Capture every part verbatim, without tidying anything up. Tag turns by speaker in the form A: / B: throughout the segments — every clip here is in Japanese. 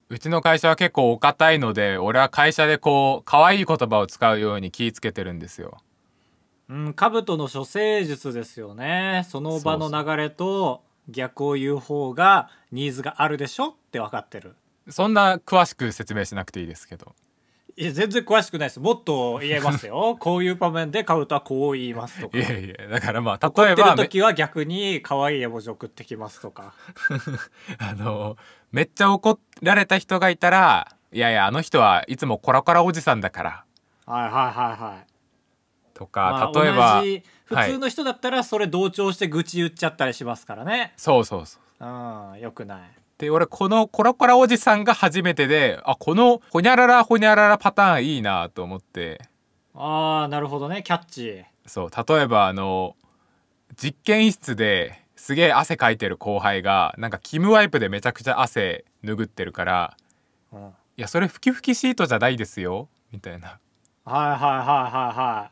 A: うちの会社は結構お堅いので、俺は会社でこう可愛い言葉を使うように気ぃつけてるんですよ。
B: うん、兜の処世術ですよね。その場の流れと逆を言う方がニーズがあるでしょって分かってる。
A: そんな詳しく説明しなくていいですけど。
B: いや全然詳しくないです。もっと言えますよ。こういう場面で兜はこう言いますとか。
A: いやいや、だからまあ
B: 怒って
A: 例えば
B: る時は逆に可愛い絵文字送ってきますとか。
A: あのめっちゃ怒られた人がいたら、いやいやあの人はいつもコラコラおじさんだから
B: はいはいはいはい。
A: と
B: まあ
A: か、例えば
B: 同じ普
A: はい、
B: 通の人だったらそれ同調して愚痴言っちゃったりしますからね。
A: そうそうそう。
B: うんよくない。
A: で俺このコラコラおじさんが初めてで、あこのホニャララホニャララパターンいいなと思って。
B: ああなるほどね、キャッチー。
A: そう例えばあの実験室ですげえ汗かいてる後輩がなんかキムワイプでめちゃくちゃ汗拭ってるから、
B: うん、はい
A: いやそれふきふきシートじゃないですよみたいな。
B: はいはいはいはい。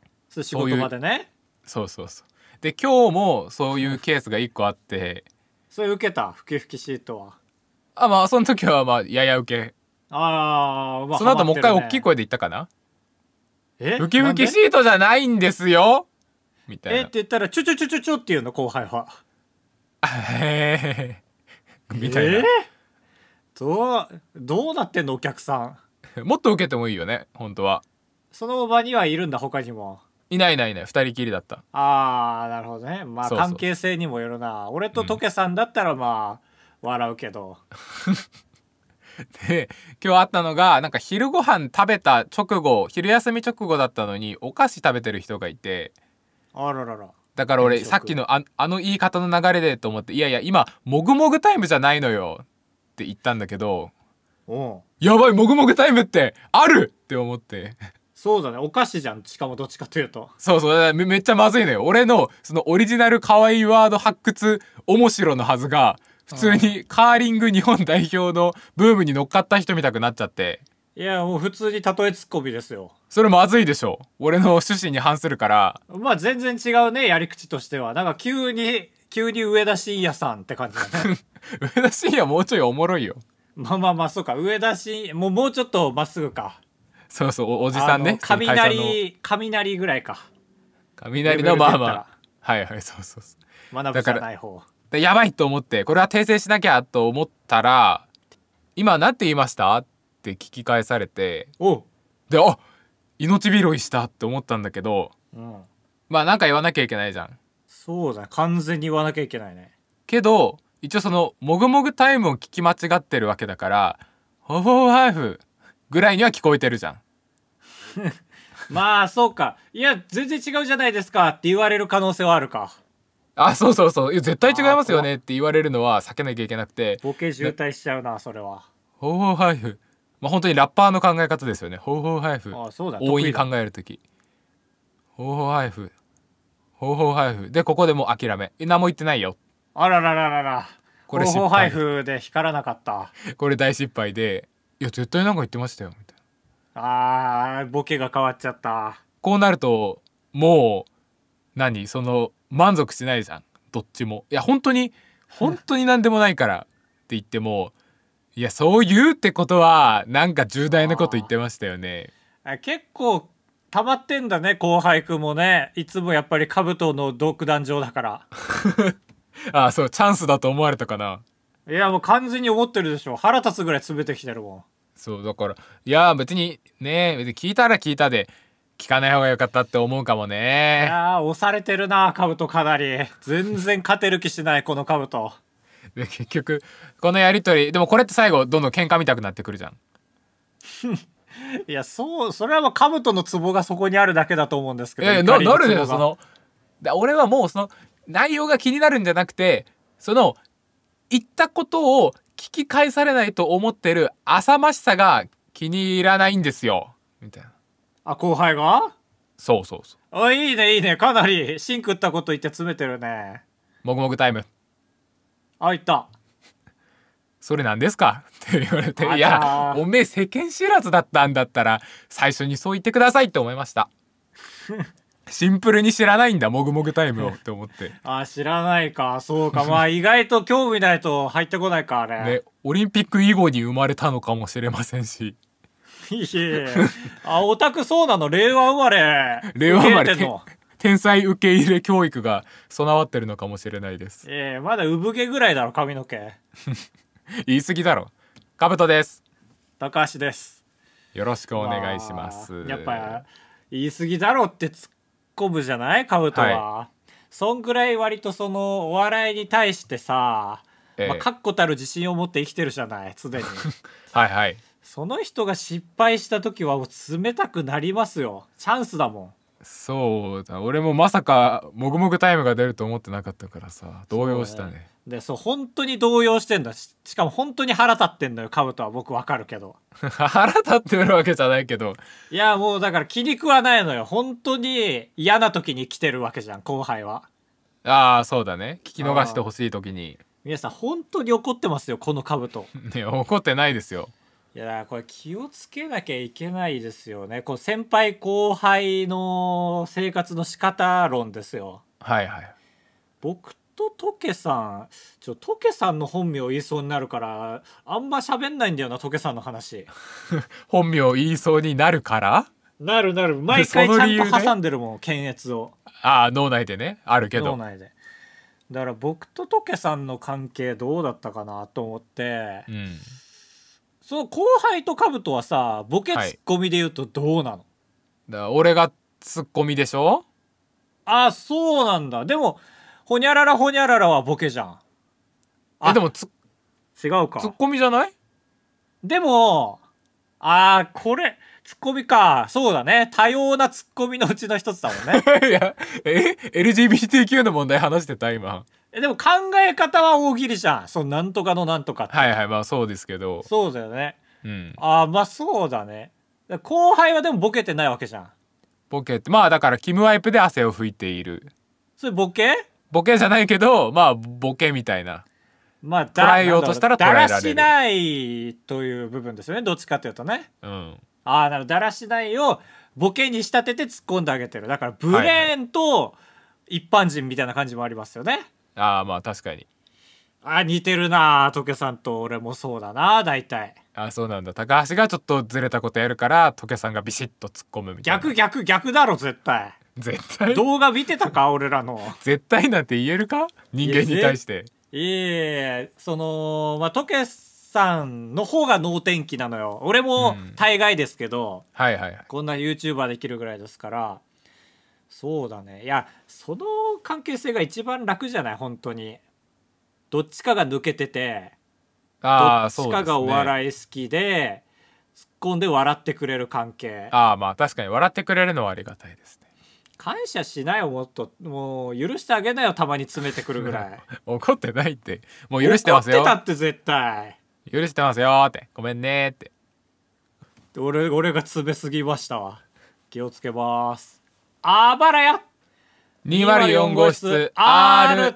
B: そう仕事場でね。
A: そうそうそう。で今日もそういうケースがいっこあって、
B: それ受けた、ふきふきシートは。
A: あまあその時はまあやや受け。
B: ああまあ
A: その後もう一回
B: ハマってるね。
A: 大きい声で言ったかな。
B: え
A: ふきふき
B: なんで
A: シートじゃないんですよみたいな。
B: えって言ったらちょちょちょちょちょっていうの後輩は。
A: へーみたいな、
B: えー、どうどうなってんのお客さん。
A: もっと受けてもいいよね本当は。
B: その場にはいるんだ他にも。
A: いないいないいない、二人きりだった。
B: ああなるほどね。まあ
A: そうそう
B: 関係性にもよるな。俺とトケさんだったらまあ笑うけど。
A: で今日あったのが、なんか昼ご飯食べた直後、昼休み直後だったのにお菓子食べてる人がいて、
B: あららら。
A: だから俺
B: 転職
A: さっきのああの言い方の流れでと思って、いやいや今もぐもぐタイムじゃないのよって言ったんだけど、
B: うん
A: やばいもぐもぐタイムってあるって思って。
B: そうだね、お菓子じゃん。しかもどっちかというと。
A: そうそう、めめっちゃまずいのよ。俺のそのオリジナル可愛いワード発掘面白のはずが、普通にカーリング日本代表のブームに乗っかった人みたくなっちゃって。
B: いやもう普通に例えツッコミですよ。
A: それまずいでしょ、俺の趣旨に反するから。
B: まあ全然違うね、やり口としては。なんか急に急に上田晋也さんって感じだね。
A: 上田晋也もうちょいおもろいよ。
B: まあまあまあそうか、上田晋もうもうちょっとまっすぐか。
A: そうそう、お、おじさんね。
B: あの
A: その会社の
B: 雷雷ぐらいか。
A: 雷のまあまあ、はいはい、そうそうそう。
B: 学ぶじゃない方。
A: でやばいと思って、これは訂正しなきゃと思ったら、今何て言いましたって聞き返されて、
B: おう、
A: で、あ、命拾いしたって思ったんだけど、
B: うん、
A: まあなんか言わなきゃいけないじゃん。
B: そうだね、完全に言わなきゃいけないね。
A: けど一応そのもぐもぐタイムを聞き間違ってるわけだから、ホフォーハーフぐらいには聞こえてるじゃん。
B: まあそうか、いや全然違うじゃないですかって言われる可能性はあるか。
A: あ、そうそうそう、いや絶対違いますよねって言われるのは避けなきゃいけなくて、
B: ボケ渋滞しちゃうなそれは。
A: ホーホーハイフ、まあ本当にラッパーの考え方ですよね。ホーホーハイフ、
B: ああそうだ、
A: 大いに考
B: 得意だ。
A: えるとき、ホーホーハイフ、ホーホーハイフでここでもう諦め、え何も言ってないよ。
B: あららららら、
A: これ失
B: 方法配
A: 敗、
B: 布で光らなかった。
A: これ大失敗で、いや絶対なんか言ってましたよみたいな。
B: あーボケが変わっちゃった。
A: こうなるともう何、その満足しないじゃんどっちも。いや本当に本当に何でもないからって言っても、いやそう言うってことはなんか重大なこと言ってましたよね。
B: あ結構溜まってんだね、後輩くんもね。いつもやっぱり兜の独壇場だから。
A: ああそう、チャンスだと思われたかな。
B: いやもう完全に思ってるでしょ。腹立つぐらい詰めてきてるもん。
A: そうだから、いや別にね、別に聞いたら聞いたで聞かない方が良かったって思うかも
B: い
A: ね。
B: やー押されてるな兜、かなり。全然勝てる気しないこの兜。
A: で結局このやりとりでもこれって最後どんどん喧嘩見たくなってくるじゃん。
B: いやそうそれはもう兜のツボがそこにあるだけだと思うんですけど。
A: いやいやななる
B: 怒りのツボが
A: よその。で俺はもうその内容が気になるんじゃなくて、その言ったことを聞き返されないと思ってる浅ましさが気に入らないんですよみたいな。
B: あ後輩が。
A: そうそうそう、
B: あいいねいいね、かなり芯食ったこと言って詰めてるね。
A: もぐもぐタイム、
B: あいった。
A: それなんですかって言われて、
B: あ
A: いやおめえ世間知らずだったんだったら最初にそう言ってくださいって思いました。 シンプルに知らないんだもぐもぐタイムをって思って
B: あ、知らないか。そうか。まあ意外と興味ないと入ってこないか、あれ。
A: ね、オリンピック以後に生まれたのかもしれませんし。
B: いえあ、オタクそうなの？令和生まれ。
A: 令和生まれ
B: 受け入れてんの？
A: 天才受け入れ教育が備わってるのかもしれないです。
B: ええまだ産毛ぐらいだろ、髪の毛。
A: 言い過ぎだろ。カブトです。
B: 高橋です。
A: よろしくお願いします。
B: まあやっぱ言い過ぎだろって突っ込むじゃないカブトは、はい、そんぐらい割とそのお笑いに対してさ、ええまあ、確固たる自信を持って生きてるじゃない常に
A: はいはい。
B: その人が失敗した時はもう冷たくなりますよ。チャンスだもん。
A: そうだ、俺もまさかもぐもぐタイムが出ると思ってなかったからさ動揺したね。
B: でそう本当に動揺してんだ し, しかも本当に腹立ってんのよカブトは。僕わかるけど
A: 腹立ってるわけじゃないけど、
B: いやもうだから気に食わないのよ。本当に嫌な時に来てるわけじゃん後輩は。
A: ああそうだね、聞き逃してほしい時に。
B: 皆さん本当に怒ってますよこのカブト
A: ね、怒ってないですよ。
B: いやこれ気をつけなきゃいけないですよね。こう先輩後輩の生活の仕方論ですよ。
A: はいはい。
B: 僕とトケさんちょトケさんの本名言いそうになるからあんま喋んないんだよなトケさんの話
A: 本名言いそうになるから
B: なるなる毎回ちゃんと挟んでるもん検閲を。
A: ああ脳内でねあるけど。
B: 脳内でだから僕とトケさんの関係どうだったかなと思って、うん、その後輩とカブトはさボケツッコミで言うとどうなの？はい、
A: だから俺がツッコミでしょ。
B: あそうなんだ。でもほにゃららほにゃららはボケじゃん。
A: えでもつ
B: 違うか。
A: ツッコミじゃない？
B: でもあーこれツッコミか。そうだね。多様なツッコミのうちの一つだもんね
A: いやえ エルジービーティーキュー の問題話してた今。
B: えでも考え方は大喜利じゃん。そのなんとかのなんとかって。
A: はいはいまあそうですけど。
B: そうだよね。
A: うん。
B: あまあそうだね。後輩はでもボケてないわけじゃん。
A: ボケってまあだからキムワイプで汗を拭いている。
B: それボケ？
A: ボケじゃないけどまあボケみたいな。
B: まあ
A: 捉えようとしたら捉えられる。
B: だらしないという部分ですよね。どっちかというとね。
A: うん。
B: ああなるだらしないをボケに仕立てて突っ込んであげてる。だからブレーンと一般人みたいな感じもありますよね。はいはい、
A: ああまあ確かに。
B: あ似てるなトケさんと俺もそうだな大体。
A: あそうなんだ。高橋がちょっとずれたことやるからトケさんがビシッと突っ込むみたいな。
B: 逆逆逆だろ絶対。
A: 絶対
B: 動画見てたか俺らの
A: 絶対なんて言えるか人間に対して。
B: いえそのまあトケさんの方が能天気なのよ。俺も大概ですけど、
A: うん、はいはいはい。
B: こんな YouTuber できるぐらいですからそうだね。いやその関係性が一番楽じゃない本当に。どっちかが抜けてて
A: あ
B: どっちかがお笑い好きで突っ込んで笑ってくれる関係。
A: ああまあ確かに笑ってくれるのはありがたいですね。
B: 感謝しないよもっと。もう許してあげなよたまに詰めてくるぐらい
A: 怒ってないって。もう許してますよ。
B: 怒ってたって絶対
A: 許してますよってごめんねって。
B: 俺俺が詰めすぎましたわ。気をつけます。あばらや
A: にひゃくよん号室 R。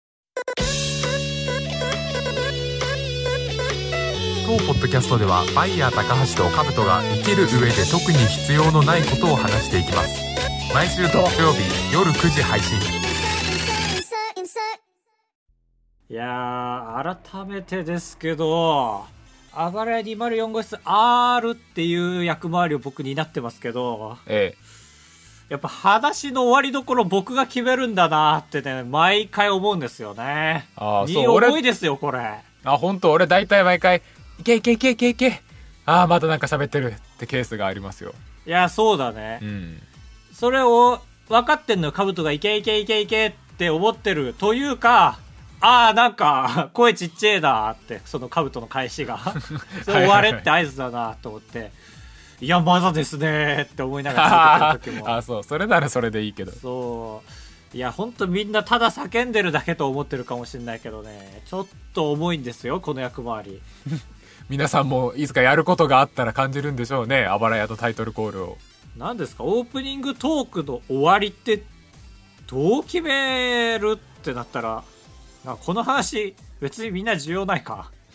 A: 当ポッドキャストではバイヤー高橋とカブトが生きる上で特に必要のないことを話していきます。毎週土曜日夜くじ配信。
B: いやー改めてですけどあばらやにひゃくよん号室 R っていう役回りを僕になってますけど、
A: ええ、
B: やっぱ話の終わりどころ僕が決めるんだなってね毎回思うんですよね。
A: あ
B: いい思いですよこれ。
A: あ本当俺大体毎回いけいけいけいけいけああまだなんか喋ってるってケースがありますよ。
B: いやそうだね、
A: うん、
B: それを分かってんのよカブトがいけいけいけいけって思ってるというかああなんか声ちっちゃいだってそのカブトの返しがそれ終われって合図だなと思っていやまだですねって思いながら続けてる時も
A: あそうそれならそれでいいけど。
B: そういやほんとみんなただ叫んでるだけと思ってるかもしれないけどねちょっと重いんですよこの役回り
A: 皆さんもいつかやることがあったら感じるんでしょうねあばらやとタイトルコールを。
B: 何ですかオープニングトークの終わりってどう決めるってなったらなんかこの話別にみんな需要ないか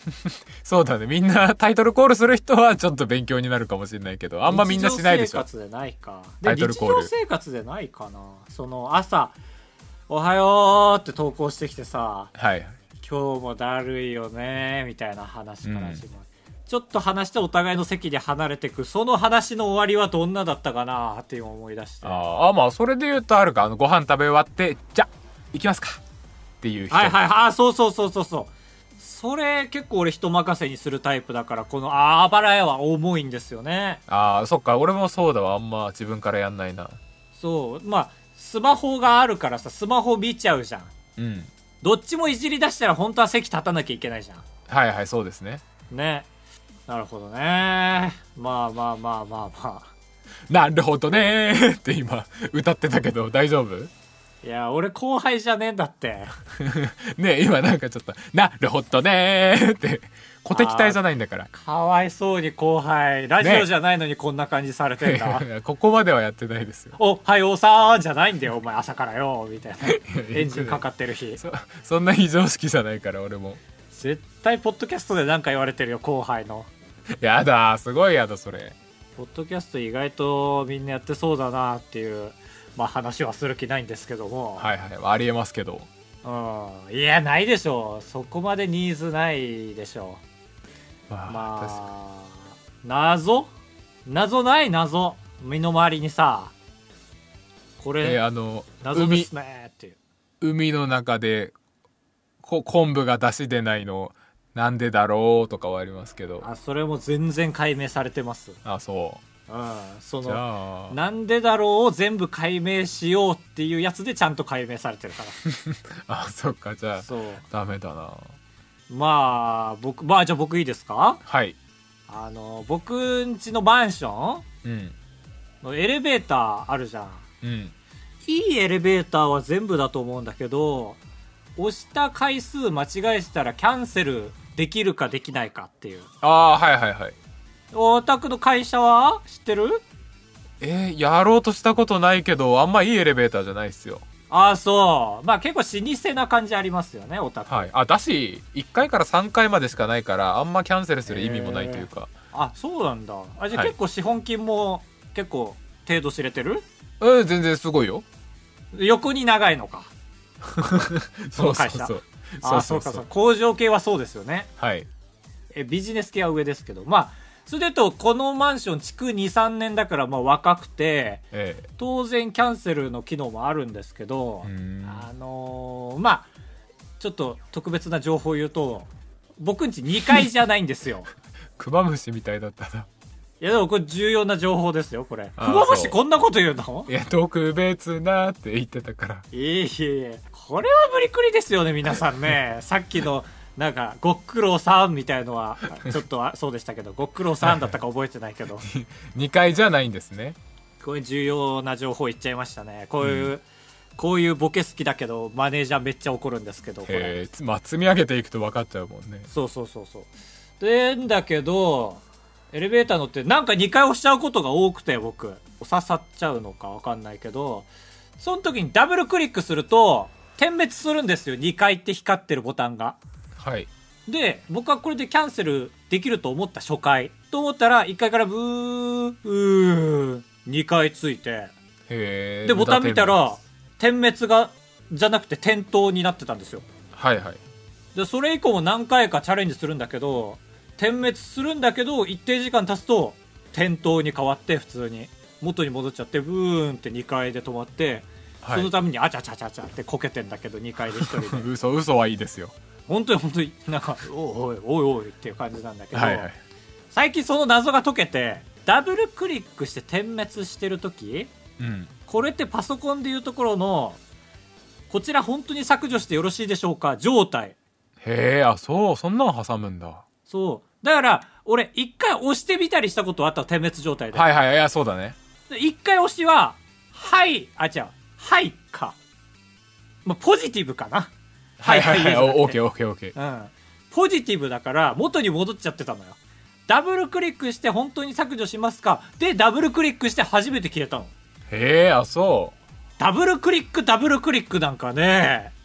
A: そうだね、みんなタイトルコールする人はちょっと勉強になるかもしれないけど、あんまみんなしないでしょ。
B: 日常生活でないか。
A: タイトルコール
B: 日常生活でないかな。その朝おはようって投稿してきてさ、
A: はい
B: 今日もだるいよねみたいな話から始まる、
A: うん、
B: ちょっと話してお互いの席で離れてく、その話の終わりはどんなだったかなって今思い出して。
A: ああ、まあそれで言うとあるか、あのご飯食べ終わってじゃ行きますかっていう人。
B: はいはいはい、そうそうそうそうそう、それ結構俺人任せにするタイプだから、このあーばらやは重いんですよね。
A: ああそっか、俺もそうだわ、あんま自分からやんないな。
B: そうまあスマホがあるからさ、スマホ見ちゃうじゃん。
A: うん
B: どっちもいじり出したら本当は席立たなきゃいけないじゃん。
A: はいはい、そうですね。
B: ね、なるほどね。まあまあまあまあまあ、
A: なるほどねーって今歌ってたけど大丈夫？
B: いや俺後輩じゃねえんだって
A: ねえ今なんかちょっとなるほどねーって小敵体じゃないんだから。
B: かわいそうに後輩、ラジオじゃないのにこんな感じされてんだ、
A: ね、ここまではやってないですよ。
B: おはようさーんじゃないんだよお前、朝からよみたいなエンジンかかってる日。
A: そ, そんな非常識じゃないから俺も。
B: 絶対ポッドキャストで何か言われてるよ後輩の。
A: やだ、すごいやだそれ。
B: ポッドキャスト意外とみんなやってそうだなっていう、まあ話はする気ないんですけども。
A: はいはい、ありえますけど。
B: うん、いやないでしょう、そこまでニーズないでしょう。
A: まあ、
B: ま
A: 確か
B: あ謎謎ない謎、身の回りにさ、こ
A: に。
B: れ、
A: えーあの
B: 謎ですねっていう。
A: 海海の中でこ昆布が出汁出ないのなんでだろうとかはありますけど。
B: あ、それも全然解明されてます。
A: あ、そ
B: うん、そ
A: う。じゃ
B: の
A: あ
B: なんでだろうを全部解明しようっていうやつでちゃんと解明されてるか
A: あ、そっか、じゃあ
B: らそう、
A: ダメだな。
B: まあ僕、まあじゃあ僕いいですか。
A: はい。
B: あの僕ん家のマンション
A: うん
B: のエレベーターあるじゃん。
A: うん
B: いいエレベーターは全部だと思うんだけど、押した回数間違えてたらキャンセルできるかできないかっていう。
A: ああ、はいはいはい。
B: お宅の会社は知ってる？
A: えー、やろうとしたことないけどあんまいいエレベーターじゃないっすよ。
B: ああそう、まあ結構老舗な感じありますよねお宅。
A: はい。あ、だしいっかいからさんかいまでしかないからあんまキャンセルする意味もないというか。
B: あ、そうなんだ。あ、じゃあ
A: はい
B: 結構資本金も結構程度知れてる？
A: うん、全然すごいよ。
B: 横に長いのかその会社。
A: そうそうそう。
B: あ、そうかそう。工場系はそうですよね。
A: はい。
B: えビジネス系は上ですけど、まあそれでとこのマンション築にさんねんだからまあ若くて、
A: え
B: 当然キャンセルの機能もあるんですけど、
A: え、うーん
B: あのーまあちょっと特別な情報を言うと、僕んちにかいじゃないんですよ
A: クマムシみたいだったな。
B: いやでもこれ重要な情報ですよこれ。
A: あ
B: クマムシ
A: そう
B: こんなこと言うの？
A: いや特別なって言ってたから。
B: いえいえいえ、これは無理くりですよね皆さんねさっきのなんかごっくろうさんみたいのはちょっとあそうでしたけど、ごっくろうさんだったか覚えてないけど
A: にかいじゃないんですね。
B: こういう重要な情報言っちゃいましたね。こういう、うん、こういうボケ好きだけどマネージャーめっちゃ怒るんですけど、これ
A: へえ、まあ積み上げていくと分かっちゃうもんね。
B: そうそうそうそう。でんだけどエレベーター乗ってなんかにかい押しちゃうことが多くて、僕刺さっちゃうのか分かんないけど、その時にダブルクリックすると点滅するんですよ、にかいって光ってるボタンが。
A: はい。
B: で僕はこれでキャンセルできると思った初回と思ったらいっかいからブーうーにかいついて、
A: へえ。
B: でボタン見たら点滅がじゃなくて点灯になってたんですよ。
A: はいはい。
B: でそれ以降も何回かチャレンジするんだけど、点滅するんだけど一定時間経つと点灯に変わって普通に元に戻っちゃってブーンってにかいで止まって、はい、そのためにあちゃちゃちゃちゃってこけてんだけどにかいで一人で
A: 嘘嘘はいいですよ
B: 本当に本当になんかおいおいおいおいっていう感じなんだけど、
A: はいはい、
B: 最近その謎が解けて、ダブルクリックして点滅してる時、
A: うん、
B: これってパソコンでいうところのこちら本当に削除してよろしいでしょうか状態。
A: へえ、あ、そう、そんなの挟むんだ。
B: そうだから俺一回押してみたりしたことあった、点滅状態で。
A: はいはい、いやそうだね。
B: 一回押しははいあ違うはいか、まあ、ポジティブかな。
A: はいはいはい、オーケーオーケーオーケー。
B: うん、ポジティブだから元に戻っちゃってたのよ。ダブルクリックして本当に削除しますかでダブルクリックして初めて消えたの。
A: へえ、あ、そう。
B: ダブルクリックダブルクリックなんかね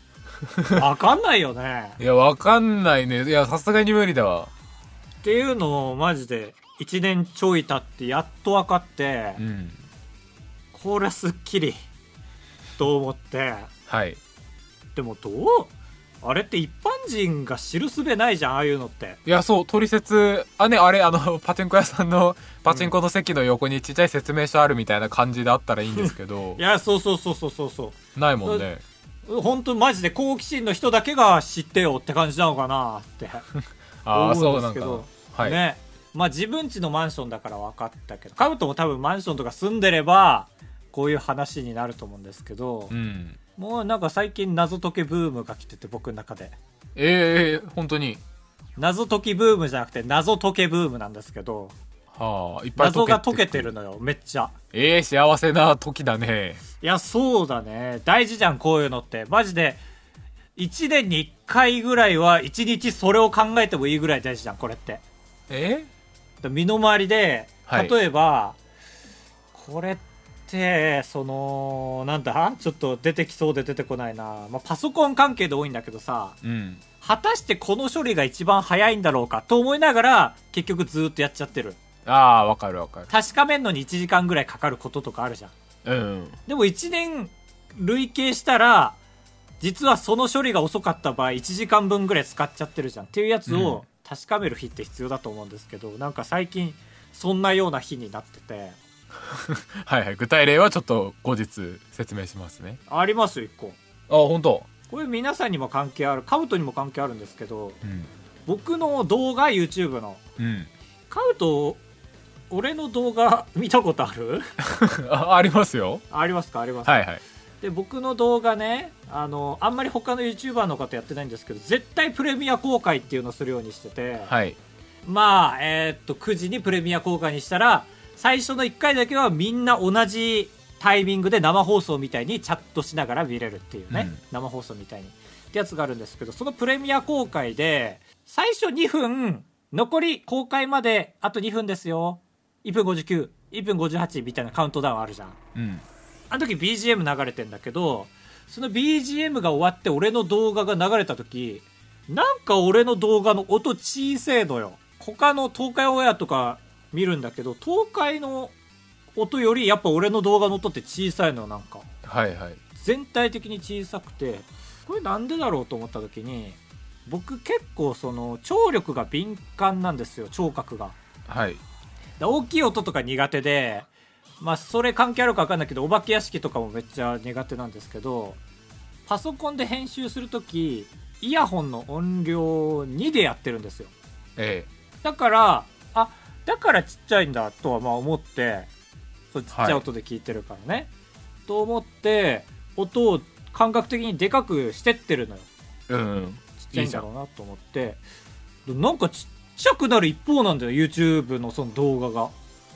B: わかんないよね。
A: いやわかんないね。いやさすがに無理だわ。
B: っていうのをマジでいちねんちょい経ってやっと分かって、
A: うん、
B: これはすっきりと思って、
A: はい。
B: でもどうあれって一般人が知るすべないじゃん、ああいうのって。
A: いやそう取説あねあれあのパチンコ屋さんのパチンコの席の横にちっちゃい説明書あるみたいな感じであったらいいんですけど
B: いやそうそうそうそうそうそう
A: ないもんね。
B: 本当マジで好奇心の人だけが知ってよって感じなのかなって
A: ああ
B: 思うんですけど、
A: そうなんかな、はい、
B: ね。まあ自分家のマンションだから分かったけど、カブトも多分マンションとか住んでればこういう話になると思うんですけど、
A: うん、
B: もうなんか最近謎解きブームが来てて、僕の中で
A: ええー、本当に
B: 謎解きブームじゃなくて謎解けブームなんですけど、
A: はあ、いっぱい
B: 謎が解けてるのよ、めっちゃ。
A: ええー、幸せな時だね。
B: いやそうだね、大事じゃんこういうのって。マジでいちねんにいっかいぐらいはいちにちそれを考えてもいいぐらい大事じゃんこれって。
A: え
B: 身の回りで
A: はい
B: 例えば、これってそのなんだちょっと出てきそうで出てこないな、まあ、パソコン関係で多いんだけどさ、
A: うん、
B: 果たしてこの処理が一番早いんだろうかと思いながら結局ずーっとやっちゃってる。
A: ああわかるわかる。
B: 確かめんのにいちじかんぐらいかかることとかあるじゃん。
A: うん、
B: でもいちねん累計したら実はその処理が遅かった場合いちじかんぶんぐらい使っちゃってるじゃんっていうやつを確かめる日って必要だと思うんですけど、なんか最近そんなような日になってて
A: はいはい、具体例はちょっと後日説明しますね。
B: ありますよいっこ。
A: あ本当。
B: これ皆さんにも関係ある、カブトにも関係あるんですけど、
A: うん、
B: 僕の動画 YouTube の、
A: うん、
B: カブト俺の動画見たことある
A: あ, ありますよ。
B: ありますか。ありますか。
A: はいはい。
B: で僕の動画ね、あのあんまり他の YouTuber の方やってないんですけど絶対プレミア公開っていうのをするようにしてて、
A: はい、
B: まあえー、っとくじにプレミア公開にしたら最初のいっかいだけはみんな同じタイミングで生放送みたいにチャットしながら見れるっていうね、うん、生放送みたいにってやつがあるんですけど、そのプレミア公開で最初にふん、残り公開まであとにふんですよ、いっぷんごじゅうきゅう、いっぷんごじゅうはちみたいなカウントダウンあるじゃん、
A: うん、
B: あの時 ビージーエム 流れてんだけど、その ビージーエム が終わって俺の動画が流れた時なんか俺の動画の音小せえのよ。他の東海オンエアとか見るんだけど東海の音よりやっぱ俺の動画の音って小さいのよ。なんか
A: はいはい、
B: 全体的に小さくてこれなんでだろうと思った時に、僕結構その聴力が敏感なんですよ、聴覚が。
A: はい、
B: 大きい音とか苦手で、まあそれ関係あるか分かんないけどお化け屋敷とかもめっちゃ苦手なんですけど、パソコンで編集するときイヤホンの音量にでやってるんですよ。
A: ええ、
B: だからあだからちっちゃいんだとはまあ思って、そうちっちゃい音で聞いてるからね、はい、と思って音を感覚的にでかくしてってるのよ。
A: うん、うん、
B: ちっちゃいんだろうなと思って、いいなんかちっちゃくなる一方なんだよ YouTube のその動画が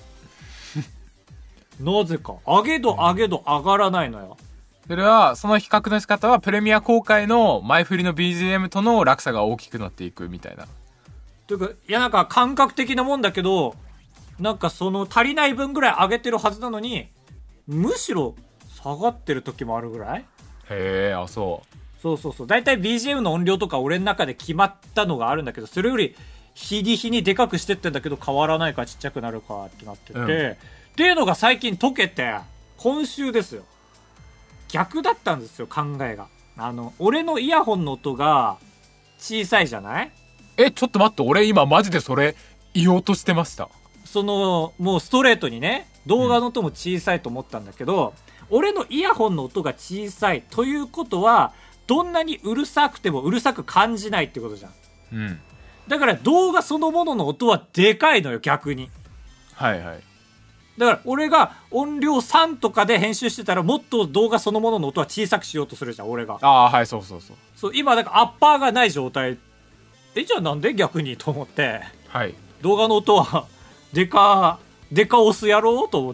B: なぜか上げど上げど上がらないのよ。
A: それはその比較の仕方はプレミア公開の前振りの ビージーエム との落差が大きくなっていくみたいな。
B: というかいやなんか感覚的なもんだけど、なんかその足りない分ぐらい上げてるはずなのにむしろ下がってる時もあるぐらい。
A: へえ、あそう
B: そうそうそう。だいたい ビージーエム の音量とか俺の中で決まったのがあるんだけど、それより日に日にでかくしてってんだけど変わらないかちっちゃくなるかってなってて、うん、っていうのが最近解けて今週ですよ。逆だったんですよ考えが。あの俺のイヤホンの音が小さいじゃない？
A: えちょっと待って、俺今マジでそれ言おうとしてました。
B: そのもうストレートにね動画の音も小さいと思ったんだけど、うん、俺のイヤホンの音が小さいということはどんなにうるさくてもうるさく感じないってことじゃん、
A: うん、
B: だから動画そのものの音はでかいのよ逆に。
A: はいはい。
B: だから俺が音量さんとかで編集してたらもっと動画そのものの音は小さくしようとするじゃん俺が。
A: ああはい、そうそうそう。
B: そう今だからアッパーがない状態。えじゃあなんで逆にと思って、
A: はい、
B: 動画の音はでかでか押すやろうと思って、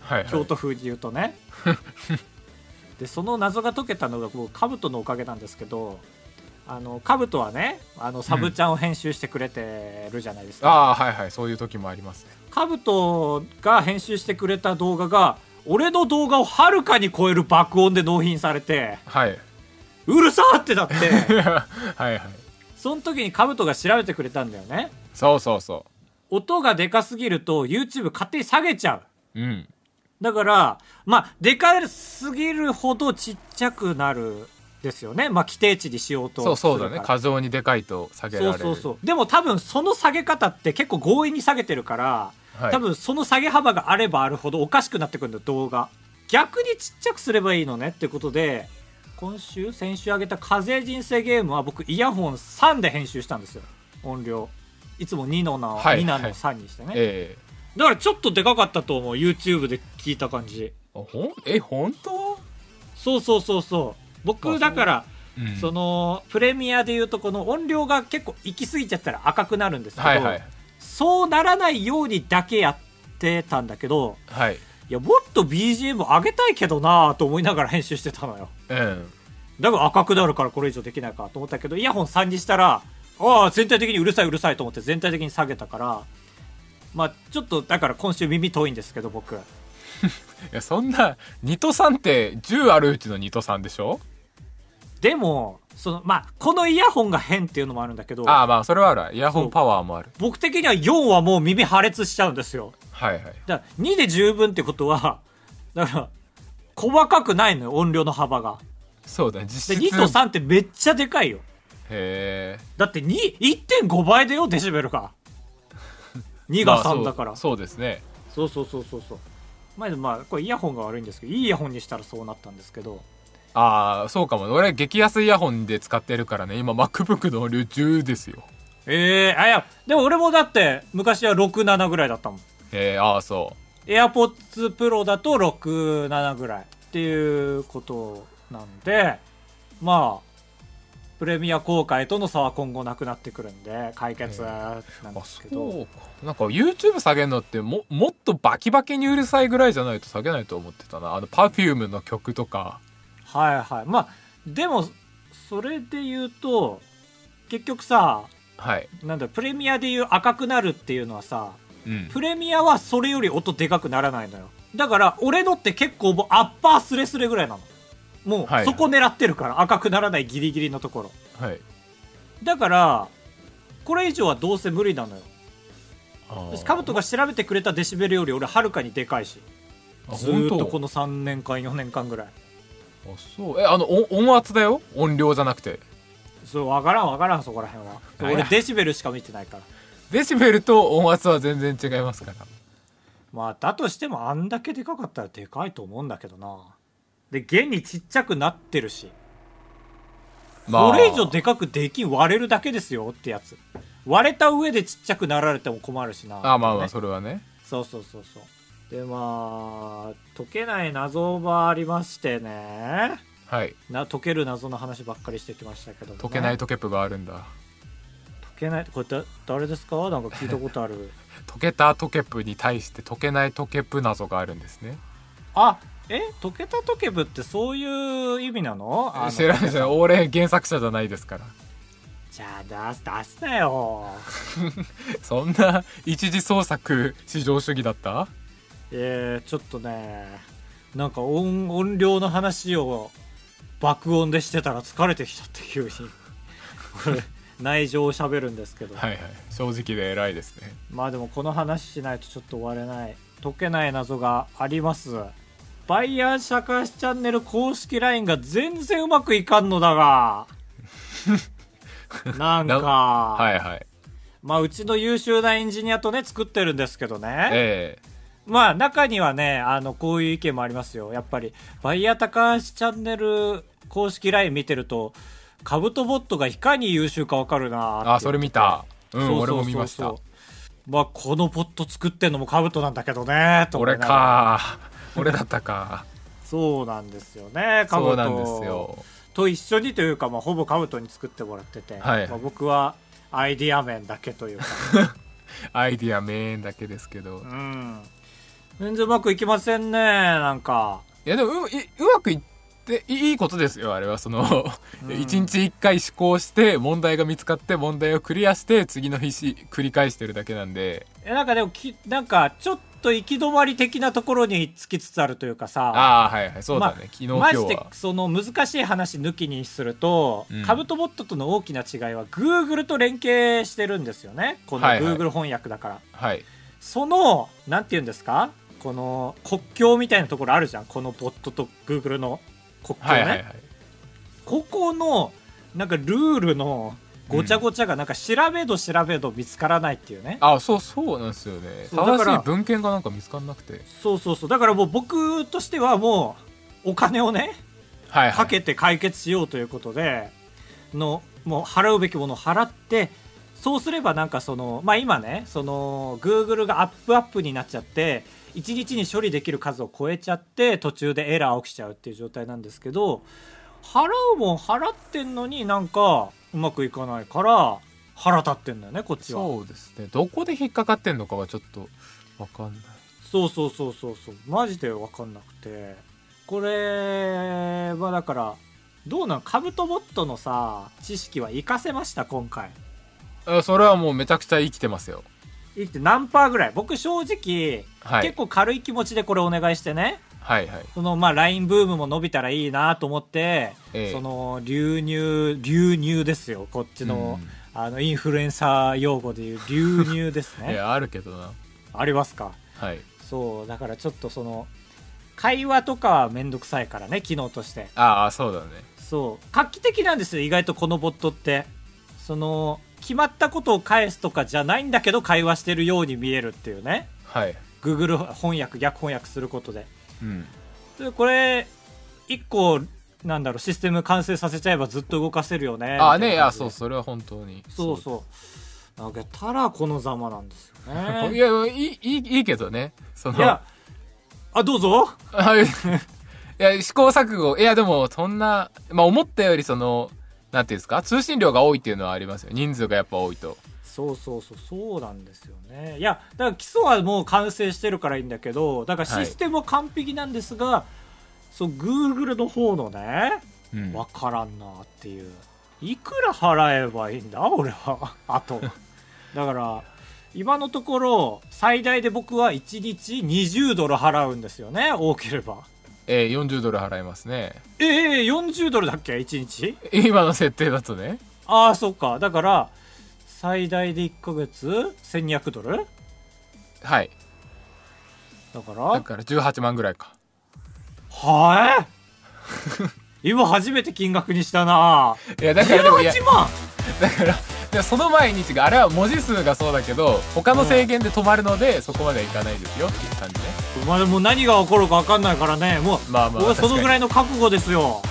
A: はいはい、
B: 京都風に言うとねでその謎が解けたのがカブトのおかげなんですけど、あのカブトはねあのサブちゃんを編集してくれてるじゃないですか、
A: うん、ああはいはい、そういう時もありますね。
B: カブトが編集してくれた動画が俺の動画をはるかに超える爆音で納品されて、
A: はい、
B: うるさーってなって
A: はいはい。
B: その時にカブトが調べてくれたんだよね。
A: そうそうそ
B: 音がでかすぎると YouTube 勝手に下げちゃう。
A: う。うん。
B: だからまあでかすぎるほどちっちゃくなるですよね。まあ規定値にしようとするから。
A: そうそうだね。過剰にでかいと下げられる。
B: そうそうそう。でも多分その下げ方って結構強引に下げてるから、
A: はい、
B: 多分その下げ幅があればあるほどおかしくなってくるんだよ動画。逆にちっちゃくすればいいのねってことで、今週先週上げた風人生ゲームは僕イヤホンさんで編集したんですよ。音量いつもにのな、はい、になのさんにしてね、えー、だからちょっとでかかったと思う。 YouTube で聞いた感じ。
A: あほんえ本当？
B: そうそうそうそう。僕だから、うん、そのプレミアでいうとこの音量が結構行き過ぎちゃったら赤くなるんですけど、はいはい、そうならないようにだけやってたんだけど、はい、いやもっと ビージーエム 上げたいけどなと思いながら編集してたのよ、うん、だから赤くなるからこれ以上できないかと思ったけど、イヤホンさんにしたらああ全体的にうるさいうるさいと思って全体的に下げたから、まあちょっとだから今週耳遠いんですけど僕い
A: やそんなにとさんってじゅうあるうちのにとさんでしょ。
B: でもそのまあこのイヤホンが変っていうのもあるんだけど、
A: ああまあそれはある。イヤホンパワーもある。
B: 僕的にはよんはもう耳破裂しちゃうんですよ。
A: はいはい。
B: だからにで十分ってことはだから細かくないのよ音量の幅が。
A: そうだ実質
B: でにとさんってめっちゃでかいよ。
A: へえ。
B: だって いってんご 倍だよデシベルがにがさんだから、
A: まあ、そう、そうですね。
B: そうそうそうそうそう。まあまあこれイヤホンが悪いんですけど、いいイヤホンにしたらそうなったんですけど。
A: ああそうかも。俺激安イヤホンで使ってるからね。今 MacBook の音量じゅうですよ。
B: ええー、あいやでも俺もだって昔はろく、ななぐらいだったもん。
A: ええー、ああそう。
B: AirPods Pro だとろく、ななぐらいっていうことなんで、まあプレミア公開との差は今後なくなってくるんで解決なんですけど、えー、
A: そうか。なんか YouTube 下げるのってももっとバキバキにうるさいぐらいじゃないと下げないと思ってたな。あの Perfume の曲とか。
B: はいはい。まあでもそれで言うと結局さ、はい、なんだプレミアでいう赤くなるっていうのはさ、うん、プレミアはそれより音でかくならないのよ。だから俺のって結構もうアッパースレスレぐらいなの。もうそこ狙ってるから、はい、赤くならないギリギリのところ、はい、だからこれ以上はどうせ無理なのよ。カブトが調べてくれたデシベルより俺はるかにでかいし、ずーっとこのさんねんかんよねんかんぐらい。
A: あそうえあの音圧だよ、音量じゃなくて。
B: そう分からん分からんそこら辺は。俺デシベルしか見てないから。
A: デシベルと音圧は全然違いますから。
B: まあだとしてもあんだけでかかったらでかいと思うんだけどな。で現にちっちゃくなってるし、まあ、これ以上でかくできん、割れるだけですよってやつ。割れた上でちっちゃくなられても困るしな、ね、
A: あまあまあそれはね。
B: そうそうそうそう。でまあ解けない謎がありましてね。はい。な解ける謎の話ばっかりしてきましたけども、ね、
A: 解けないトケプがあるんだ。
B: 解けないこれだ誰ですか？なんか聞いたことある
A: 解けたトケプに対して解けないトケプ謎があるんですね。
B: あえ解けたトケプってそういう意味なの？
A: 知らないですよ。俺原作者じゃないですから。
B: じゃあ出す出すなよ
A: そんな一次創作至上主義だった？
B: えー、ちょっとねなんか 音, 音量の話を爆音でしてたら疲れてきたっていう風にこれ内情を喋るんですけど、
A: はいはい正直で偉いですね。
B: まあでもこの話しないとちょっと終われない。解けない謎があります。バイヤーシャカシチャンネル公式 ライン が全然うまくいかんのだがなんか
A: はいはい
B: まあうちの優秀なエンジニアとね作ってるんですけどね、
A: え
B: ー、まあ中にはねあのこういう意見もありますよ。やっぱりバイヤー高橋チャンネル公式 ライン 見てるとカブトボットがいかに優秀か分かるなって。
A: あそれ見た。うんそうそうそうそう俺も見ました。
B: まあこのボット作ってんのもカブトなんだけどねと
A: 俺か俺だったか
B: そうなんですよね。カブトそうなんですよと一緒にというか、まあ、ほぼカブトに作ってもらってて、はいまあ、僕はアイディア面だけというか
A: アイディア面だけですけど、うん、
B: 全然うまくいきませんね。なんか
A: いやでも う, うまくいっていいことですよ。あれはそのいちにちいっかい試行して問題が見つかって問題をクリアして次の日し繰り返してるだけなんで。
B: えなんかでもきなんかちょっと行き止まり的なところにつきつつあるというかさ、
A: ああはいはいそうだね、まあ、昨日今日は
B: マジでその難しい話抜きにすると、うん、カブトボットとの大きな違いは Google と連携してるんですよね。この Google 翻訳だから、
A: はいはい、
B: そのなんていうんですか、この国境みたいなところあるじゃん、このボットと Google の国境ね、はいはいはい、ここのなんかルールのごちゃごちゃがなんか調べど調べど見つからないっていうね、
A: うん、あそうそうなんですよね。正しい文献がなんか見つからなくて、
B: そうそうそう、だからもう僕としてはもうお金をね、はいはい、かけて解決しようということでのもう払うべきものを払って、そうすればなんかそのまあ今ね、その Google がアップアップになっちゃっていちにちに処理できる数を超えちゃって途中でエラー起きちゃうっていう状態なんですけど、払うもん払ってんのになんかうまくいかないから腹立ってんだよねこっちは。
A: そうですね、どこで引っかかってんのかはちょっと分かんない。
B: そうそうそうそうそう、マジで分かんなくて、これはだからどうなん、カブトボットのさ知識は活かせました今回。
A: それはもうめちゃくちゃ生きてますよ。
B: 生きて何パーぐらい？僕正直、はい、結構軽い気持ちでこれお願いしてね、はいはい、そのまあ ライン ブームも伸びたらいいなと思って、ええ、その流入流入ですよこっちの、うん、あのインフルエンサー用語でいう流入ですね。
A: いやあるけどな。
B: ありますか。はい。そうだからちょっとその会話とかはめんどくさいからね、機能として。
A: ああそうだね。
B: そう画期的なんですよ意外とこのボットって。その決まったことを返すとかじゃないんだけど会話してるように見えるっていうね。はい。Google 翻訳逆翻訳することで。うん、でこれいっこなんだろうシステム完成させちゃえばずっと動かせるよね。
A: ああね、いやそうそれは本当に
B: そうそうなんかたらこのざまなんですよね。
A: いやいいいいいいけどね、その
B: いやあどうぞ
A: いや試行錯誤、いやでもそんなまあ思ったよりそのなんていうんですか、通信量が多いっていうのはありますよ、人数がやっぱ多いと。
B: そうそうそうそうなんですよね。いやだから基礎はもう完成してるからいいんだけど、だからシステムは完璧なんですが、はい、そう Google の方のね、うん、分からんなっていう、いくら払えばいいんだ俺はあとだから今のところ最大で僕はいちにちにじゅうドル払うんですよね、多ければ。
A: えー、よんじゅうドル払いますね。
B: えー、よんじゅうドルだっけいちにち
A: 今の設定だとね。
B: ああそっか、だから最大でいっかげつせんにひゃくドル。
A: はい。
B: だから
A: だからじゅうはちまんぐらいか。
B: はぁ今初めて金額にしたな。
A: いやだからでも
B: じゅうはちまん
A: だからでその前に違う、あれは文字数がそうだけど他の制限で止まるので、うん、そこまではいかないですよっていう感じね。
B: まあでも何が起こるか分かんないからね、もう、まあまあ、僕はそのぐらいの覚悟ですよ。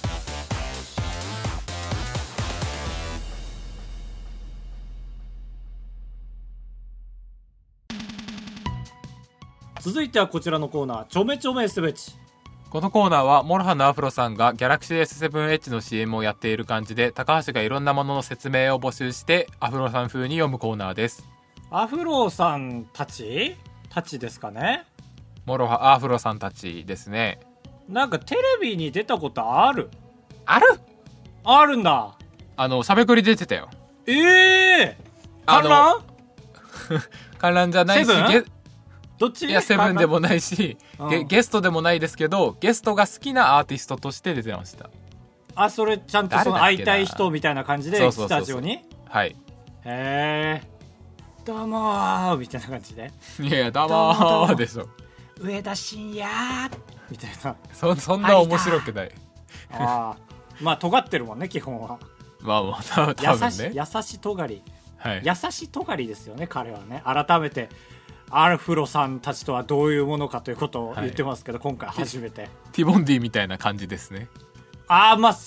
B: 続いてはこちらのコーナー、ちょめちょめすべち。
A: このコーナーはモロハのアフロさんがギャラクシー エスセブンエッジ の シーエム をやっている感じで、高橋がいろんなものの説明を募集してアフロさん風に読むコーナーです。
B: アフロさんたちたちですかね。
A: モロハアフロさんたちですね。
B: なんかテレビに出たことある
A: ある
B: あるんだ。
A: あのしゃべくり出てたよ。
B: ええー、観覧
A: 観覧じゃないし、ゲ
B: どっち？
A: いやセブンでもないし、うん、ゲ, ゲストでもないですけど、ゲストが好きなアーティストとして出てました。
B: あ、それちゃんとその会いたい人みたいな感じでスタジオに。
A: はい。
B: へえ。どうもーみたいな感じで。
A: いやどうもーでしょ。
B: 上田晋也みたいな。
A: そそんな面白くない。
B: ああ、まあ尖ってるもんね基本は。
A: まあまあ多分ね。
B: 優し優し尖り。
A: はい。
B: 優し尖りですよね彼はね。改めて。アフロさんたちとはどういうものかということを言ってますけど、はい、今回初めて
A: ティモンディみたいな感じですね。
B: ああまあ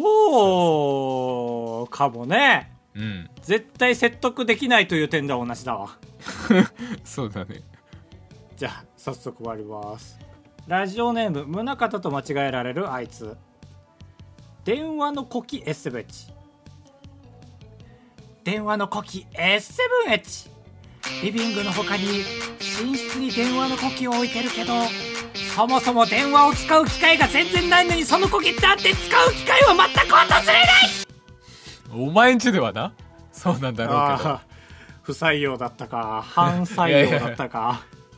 B: そうかもね、うん、絶対説得できないという点では同じだわ
A: そうだね。
B: じゃあ早速終わります。ラジオネーム宗像と間違えられるあいつ。電話の子機 エスセブンエッジ。電話の子機 エスセブンエッジ。リビングの他に寝室に電話の子機を置いてるけど、そもそも電話を使う機会が全然ないのにその子機ってあって使う機会は全く訪れない。
A: お前んちではな、そうなんだろうけど。
B: 不採用だったか反採用だったか。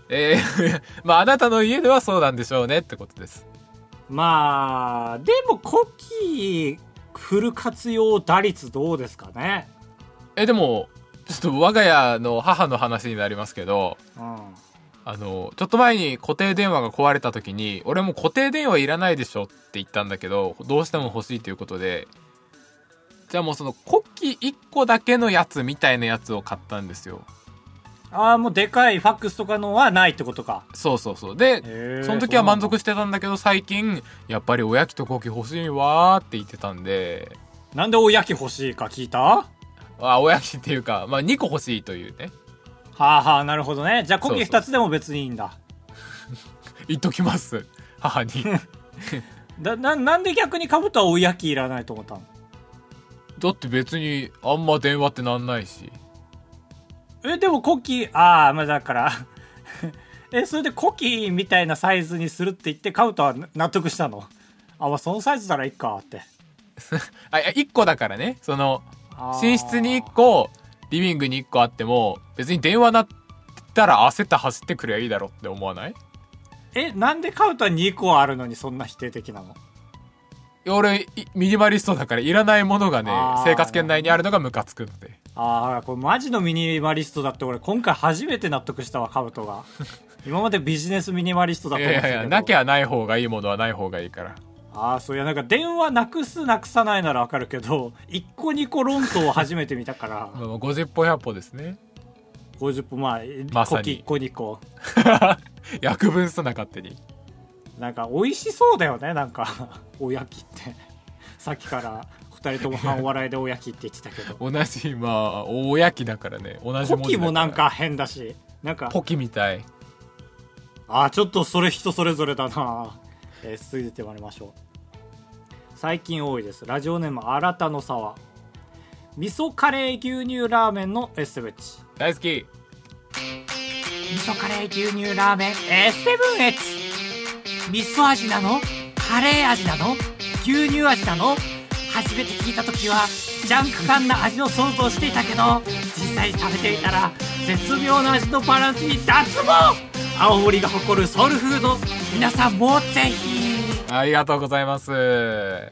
A: えー、まああなたの家ではそうなんでしょうねってことです。
B: まあでもコキフル活用打率どうですかね。
A: えでもちょっと我が家の母の話になりますけど、
B: うん、
A: あのちょっと前に固定電話が壊れた時に俺も固定電話いらないでしょって言ったんだけど、どうしても欲しいということで、じゃあもうそのコキいっこだけのやつみたいなやつを買ったんですよ。
B: ああもうでかいファックスとかのはないってことか。
A: そうそうそう。でその時は満足してたんだけど、最近やっぱりおやきとコキ欲しいわーって言ってたんで。
B: なんでおやき欲しいか聞いた？
A: あ、おやきっていうか、まあ、にこ欲しいというね。
B: はあはあ、なるほどね。じゃあコキふたつでも別にいいんだ。
A: 言っときます母に
B: だ な, なんで逆にカブトはおやきいらないと思ったの？
A: だって別にあんま電話ってなんないし。
B: えでもコキああまあだからえそれでコキみたいなサイズにするって言ってカブトは納得したの？あまあそのサイズならいいかって
A: あいっこだからね。その寝室にいっこリビングにいっこあっても別に電話鳴ったら焦って走ってくりゃいいだろって思わない？
B: えなんでカブトはにこあるのにそんな否定的なの？
A: 俺ミニマリストだからいらないものがね生活圏内にあるのがムカつくので。
B: ああこれマジのミニマリストだって俺今回初めて納得したわカブトが今までビジネスミニマリストだと思ってたけど。いやいや
A: なきゃない方がいいものはない方がいいから。
B: ああそういやなんか電話なくすなくさないならわかるけどいっこにこ論争を初めて見たから
A: ごじゅっぽひゃっぽですね。
B: ごじゅっぽまあ
A: まさに
B: コキいっこにこ
A: 約分すな勝手に。
B: なんか美味しそうだよねなんかおやきってさっきからふたりとも半笑いでおやきって言ってたけど
A: 同じまあおやきだからね。同じ文字だから。
B: コキもなんか変だしなんか
A: ポキみたい。
B: ああちょっとそれ人それぞれだな。えー、続いてまいりましょう。最近多いです。ラジオネーム新たの沢。味噌カレー牛乳ラーメンのエステブッチ。
A: 大好き。
B: 味噌カレー牛乳ラーメンエステブンエッチ。味噌味なの？カレー味なの？牛乳味なの？初めて聞いた時はジャンク感な味を想像していたけど実際食べてみたら絶妙な味のバランスに脱帽。青森が誇るソウルフード、皆さんもぜひ。
A: ありがとうございます。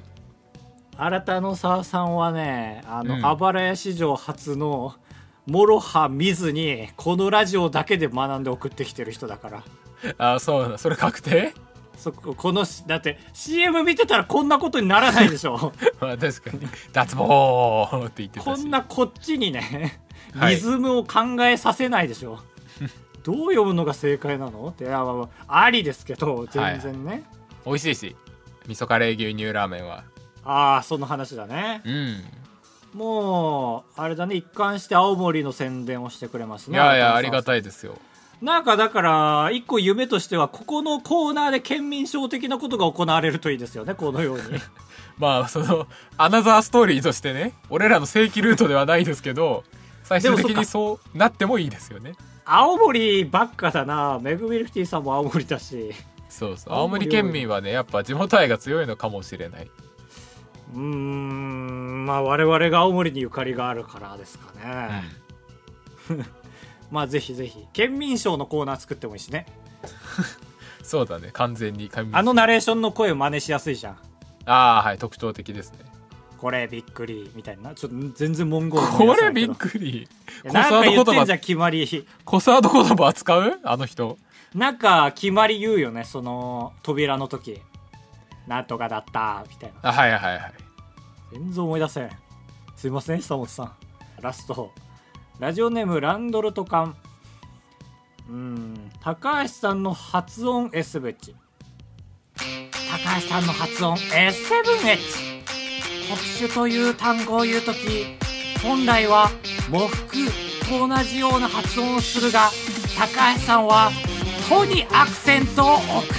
B: 新田の沢さんはねあの、うん、あばらや史上初のもろは見ずにこのラジオだけで学んで送ってきてる人だから。
A: あそうだ、それ確定？
B: そこのだって シーエム 見てたらこんなことにならないでしょ
A: まあ確かに脱帽って言ってたし、
B: こんなこっちにねリズムを考えさせないでしょ、はいどう読むのが正解なのって。いや、まあ、ありですけど全然ね、はい、
A: 美味しいし味噌カレー牛乳ラーメンは。
B: ああその話だね。
A: うん
B: もうあれだね、一貫して青森の宣伝をしてくれますね。
A: いやいやありがたいですよ。
B: なんかだから一個夢としてはここのコーナーで県民賞的なことが行われるといいですよね、このように
A: まあそのアナザーストーリーとしてね、俺らの正規ルートではないですけど最終的にそうなってもいいですよね。
B: 青森ばっかだな。メグミルクティーさんも青森だし。
A: そうそう、青森県民はねやっぱ地元愛が強いのかもしれない。
B: うーんまあ我々が青森にゆかりがあるからですかね、うん、まあぜひぜひ県民賞のコーナー作ってもいいしね
A: そうだね、完全に
B: あのナレーションの声を真似しやすいじゃん。
A: ああはい、特徴的ですね。
B: これびっくりみたいな、ちょっと全然文言
A: これびっくり
B: なんか言ってんじゃん決まり。
A: コサード言葉扱うあの人。
B: なんか決まり言うよね、その扉の時なんとかだったみたいな。
A: あはいはいはい。
B: 全然思い出せん。すいません久本さん。ラストラジオネームランドルトカン。うーん高橋さんの発音 エスブエッチ。高橋さんの発音 エスセブンエッチ。特殊という単語を言うとき本来は喪服と同じような発音をするが高橋さんはとにアクセントを置く。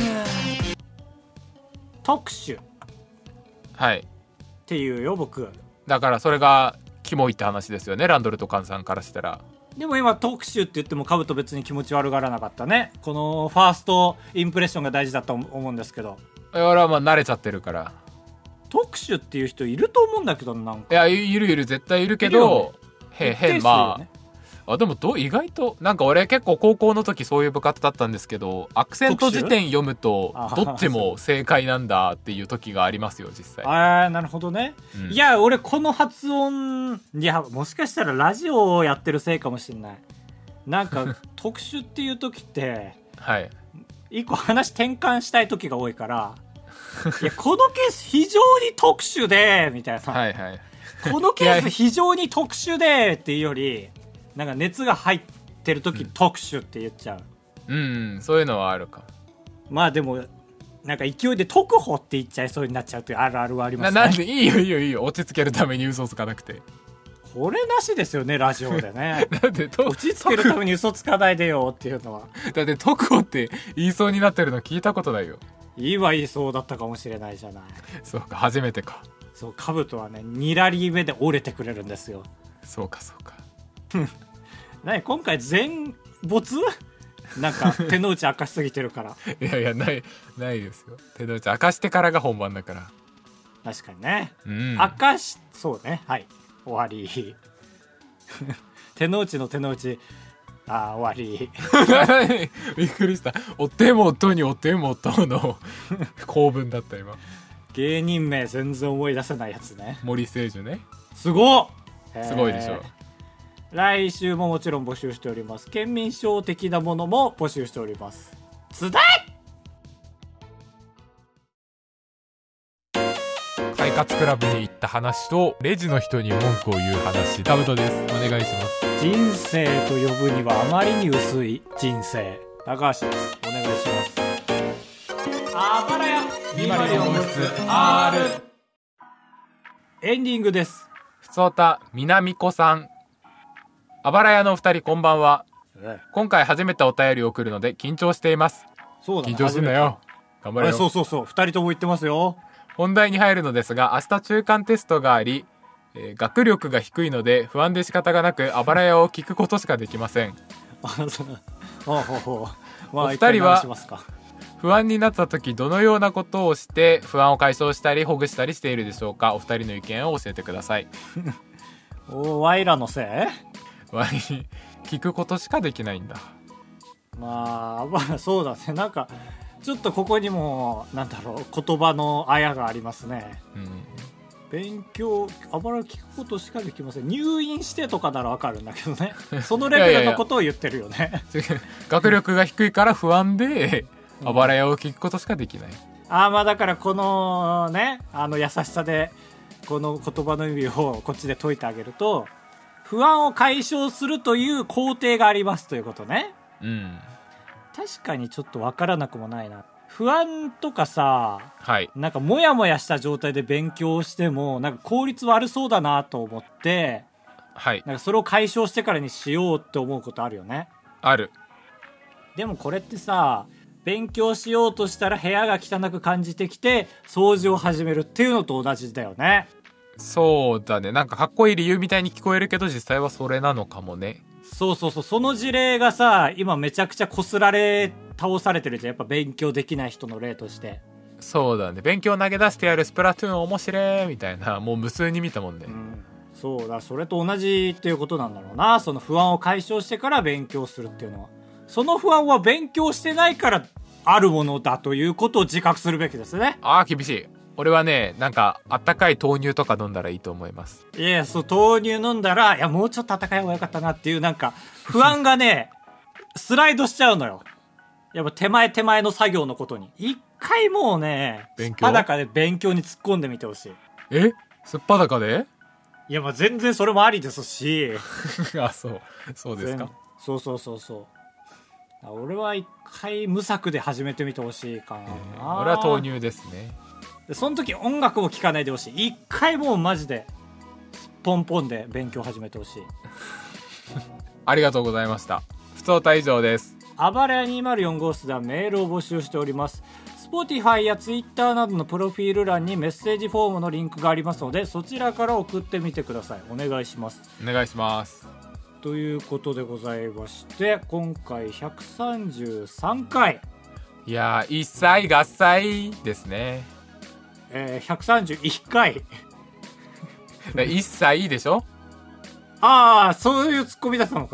B: 特殊
A: はい
B: っていうよ僕。
A: だからそれがキモいって話ですよね、ランドルトカンさんからしたら。
B: でも今特殊って言ってもカブト別に気持ち悪がらなかったね。このファーストインプレッションが大事だと思うんですけど。
A: 俺はまあ慣れちゃってるから。
B: 特殊っていう人いると思うんだけど、なんか
A: いやいるいる絶対いるけど、へへまああでもど意外となんか俺結構高校の時そういう部活だったんですけど、アクセント辞典読むとどっちも正解なんだっていう時がありますよ実際。
B: ああなるほどね、うん、いや俺この発音いやもしかしたらラジオをやってるせいかもしれない。なんか特殊っていう時ってはい一個話転換したい時が多いからいやこのケース非常に特殊でみたいな、はいはい、このケース非常に特殊でっていうよりなんか熱が入ってる時、うん、特殊って言っちゃう。
A: うん、うん、そういうのはあるか。
B: まあでもなんか勢いで特保って言っちゃいそうになっちゃうというあるあるはありますね。
A: ななんでいいよいいよいいよ落ち着けるために嘘つかなくて。
B: これなしですよねラジオでねだって落ち着けるために嘘つかないでよっていうのは
A: だって特保って言いそうになってるの聞いたことないよ。
B: いいは言いそうだったかもしれないじゃない。
A: そうか初めてか。
B: そうカブトはねにラリー目で折れてくれるんですよ。
A: そうかそうか
B: 何今回全没なんか手の内明かしすぎてるから
A: いやいやないないですよ。手の内明かしてからが本番だから。
B: 確かにね、
A: うん、
B: 明かしそうねはい終わり手の内の手の内あー終わり
A: びっくりした。お手元にお手元の構文だった今。
B: 芸人名全然思い出せないやつね。
A: 森誠樹ね。
B: すごっ
A: すごいでしょ。
B: 来週ももちろん募集しております。県民賞的なものも募集しております。つだい
A: 快活クラブに行った話とレジの人に文句を言う話。カブトです。お願いします。
B: 人生と呼ぶにはあまりに薄い人生。高橋です。お願いします。あばらやにまるよん号室 アール エンディングです。
A: ふつおたみなみこさん、あばらやのお二人こんばんは、ええ、今回初めてお便りを送るので緊張しています。
B: そうだ、ね、
A: 緊張すんなよ。頑張れよ。
B: そうそうそう二人とも言ってますよ。
A: 本題に入るのですが、明日中間テストがあり、えー、学力が低いので不安で仕方がなくあばらやを聞くことしかできません。お二人は不安になった時どのようなことをして不安を解消したりほぐしたりしているでしょうか。お二人の意見を教えてください。
B: おワイらのせい
A: ワイ聞くことしかできないんだ。
B: まあ、まあそうだね。なんかちょっとここにもなんだろう言葉のあやがありますね、うん、勉強あばら聞くことしかできません。入院してとかならわかるんだけどねそのレベルのことを言ってるよね。いやいやいや
A: 学力が低いから不安であばらやを聞くことしかできない、うん、
B: あまあだからこのねあの優しさでこの言葉の意味をこっちで解いてあげると、不安を解消するという工程がありますということね。
A: うん
B: 確かにちょっと分からなくもないな。不安とかさ、
A: はい、
B: なんかモヤモヤした状態で勉強してもなんか効率悪そうだなと思って、
A: はい、
B: なんかそれを解消してからにしようって思うことあるよね。
A: ある。
B: でもこれってさ、勉強しようとしたら部屋が汚く感じてきて掃除を始めるっていうのと同じだよね。
A: そうだね。なんかかっこいい理由みたいに聞こえるけど実際はそれなのかもね。
B: そうそうそう、その事例がさ今めちゃくちゃこすられ倒されてるじゃん。やっぱ勉強できない人の例として。
A: そうだね。勉強投げ出してやるスプラトゥーン面白いみたいな、もう無数に見たもんね、
B: うん、そうだ、それと同じっていうことなんだろうな。その不安を解消してから勉強するっていうのは、その不安は勉強してないからあるものだということを自覚するべきですね。
A: ああ厳しい。俺はね、なんかあったかい豆乳とか飲んだらいいと思います。
B: いや、そう豆乳飲んだらいやもうちょっと温かい方がよかったなっていうなんか不安がねスライドしちゃうのよ。やっぱ手前手前の作業のことに一回もうねすっぱだかで勉強に突っ込んでみてほしい。
A: えすっぱだかで？
B: いやまあ全然それもありですし
A: あそうそうですか。
B: そうそうそうそう、俺は一回無策で始めてみてほしいかな、えー、
A: 俺は豆乳ですね。
B: でその時音楽も聴かないでほしい。一回もうマジでポンポンで勉強始めてほしい
A: ありがとうございました。ふつおた以上です。
B: あばらやにまるよん号室ではメールを募集しております。 Spotify や Twitter などのプロフィール欄にメッセージフォームのリンクがありますのでそちらから送ってみてください。お願いします。
A: お願いします。
B: ということでございまして、今回ひゃくさんじゅうさんかい。
A: いやー一切合切ですね。
B: えー、ひゃくさんじゅういっかい
A: 一切でしょ。
B: ああそういうツッコミだったのか。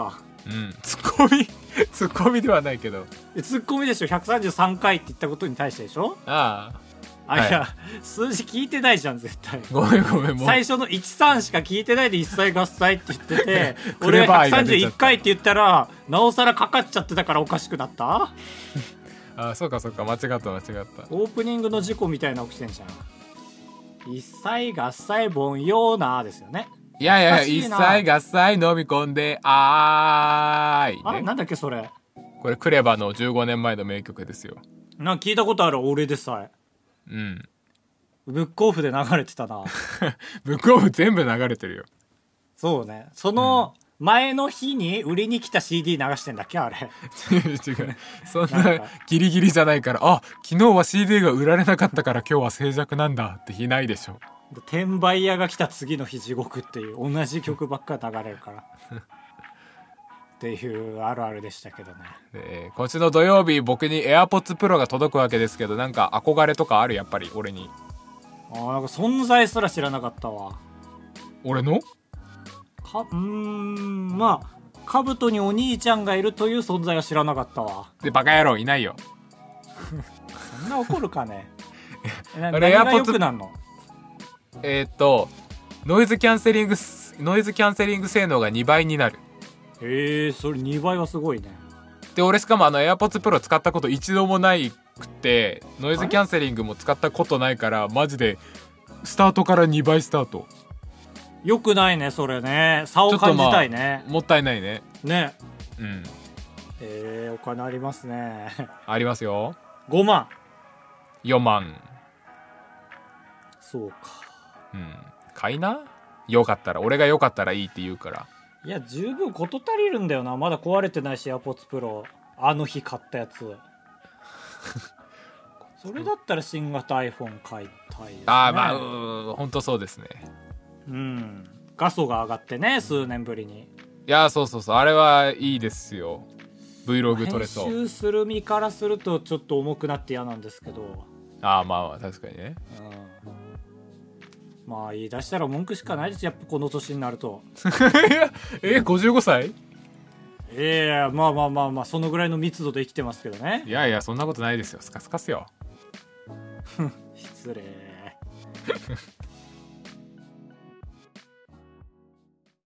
A: うんツッコミツッコミではないけど、
B: ツッコミでしょ。ひゃくさんじゅうさんかいって言ったことに対してでしょ。
A: あ
B: あ、
A: はい
B: いや数字聞いてないじゃん絶対。
A: あごめんごめんもう
B: 最初のいちさんしか聞いてないで一切合切って言ってて
A: ク
B: 俺が
A: レバー愛が出ちゃった
B: ひゃくさんじゅういっかいって言ったらなおさらかかっちゃってたからおかしくなった。
A: あそうかそうか間違った間違った
B: オープニングの事故みたいな起きてんじゃん。一切合切凡よなですよね。
A: いやいや
B: 懐かしいな
A: 一切合切飲み込んであーい、ね、
B: あなんだっけそれ。
A: これクレバのじゅうごねんまえの名曲ですよ。
B: なんか聞いたことある俺でさえ。
A: うん
B: ブックオフで流れてたな。
A: ブックオフ全部流れてるよ。
B: そうね。その前の日に売りに来た シーディー 流してんだっけあれ。
A: 違うそんな
B: なんか
A: ギリギリじゃないから、あ昨日は シーディー が売られなかったから今日は静寂なんだって日ないでしょ。
B: 転売屋が来た次の日地獄っていう同じ曲ばっか流れるからっていうあるあるでしたけどね。
A: で今週の土曜日僕に AirPods Pro が届くわけですけど、なんか憧れとかある？やっぱり俺に。
B: あーなんか存在すら知らなかったわ。
A: 俺の
B: かうーんまあカブトにお兄ちゃんがいるという存在は知らなかったわ。
A: でバカ野郎いないよ。
B: そんな怒るかね。えな
A: あれ
B: 何が
A: AirPods
B: 良くなんの？
A: えーっとノイズキャンセリングノイズキャンセリング性能がにばいになる。
B: へえそれにばいはすごいね。
A: で俺しかもあの AirPods Pro 使ったこと一度もないくて、ノイズキャンセリングも使ったことないからマジでスタートからにばいスタート。
B: よくないねそれね。差を感じたいね。
A: もったいないね。
B: ね
A: うん
B: えー、お金ありますね。
A: ありますよ。
B: ごまん。
A: よまん。
B: そうか。
A: うん買いな。よかったら俺がよかったらいいって言うから。
B: いや十分事足りるんだよな。まだ壊れてないし AirPods Pro あの日買ったやつそれだったら新型 iPhone 買いたいですね。
A: ああまあうー本当そうですね。
B: うん画素が上がってね数年ぶりに。
A: いやそうそうそうあれはいいですよ。 Vlog 撮れそう。
B: 編集する身からするとちょっと重くなって嫌なんですけど、
A: ああまあまあ確かにね。
B: うん、まあ言い出したら文句しかないですやっぱこの年になると。
A: えごじゅうごさい？
B: ええまあまあまあまあそのぐらいの密度で生きてますけどね。
A: いやいやそんなことないですよ。スカスカっすよ。
B: 失礼